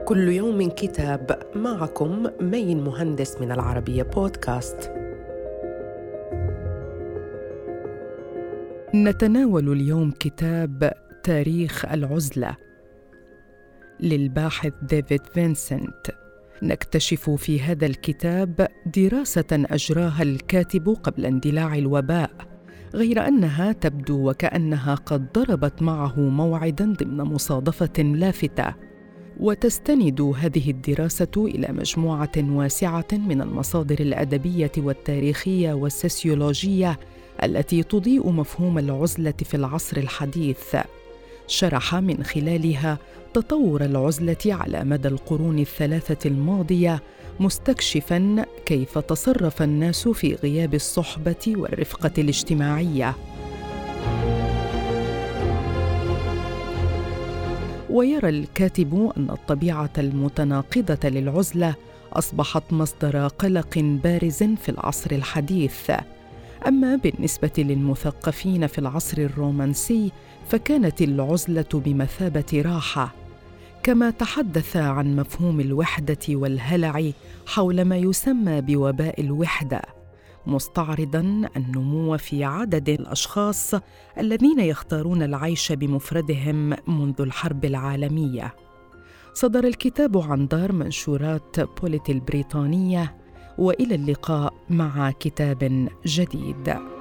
كل يوم كتاب. معكم مين مهندس من العربية بودكاست. نتناول اليوم كتاب تاريخ العزلة للباحث ديفيد فينسنت. نكتشف في هذا الكتاب دراسة أجراها الكاتب قبل اندلاع الوباء، غير أنها تبدو وكأنها قد ضربت معه موعداً ضمن مصادفة لافتة. وتستند هذه الدراسة إلى مجموعة واسعة من المصادر الأدبية والتاريخية والسوسيولوجية التي تضيء مفهوم العزلة في العصر الحديث. شرح من خلالها تطور العزلة على مدى القرون الثلاثة الماضية، مستكشفاً كيف تصرف الناس في غياب الصحبة والرفقة الاجتماعية. ويرى الكاتب أن الطبيعة المتناقضة للعزلة أصبحت مصدر قلق بارز في العصر الحديث. أما بالنسبة للمثقفين في العصر الرومانسي فكانت العزلة بمثابة راحة. كما تحدث عن مفهوم الوحدة والهلع حول ما يسمى بوباء الوحدة، مستعرضاً النمو في عدد الأشخاص الذين يختارون العيش بمفردهم منذ الحرب العالمية. صدر الكتاب عن دار منشورات بوليت البريطانية، وإلى اللقاء مع كتاب جديد.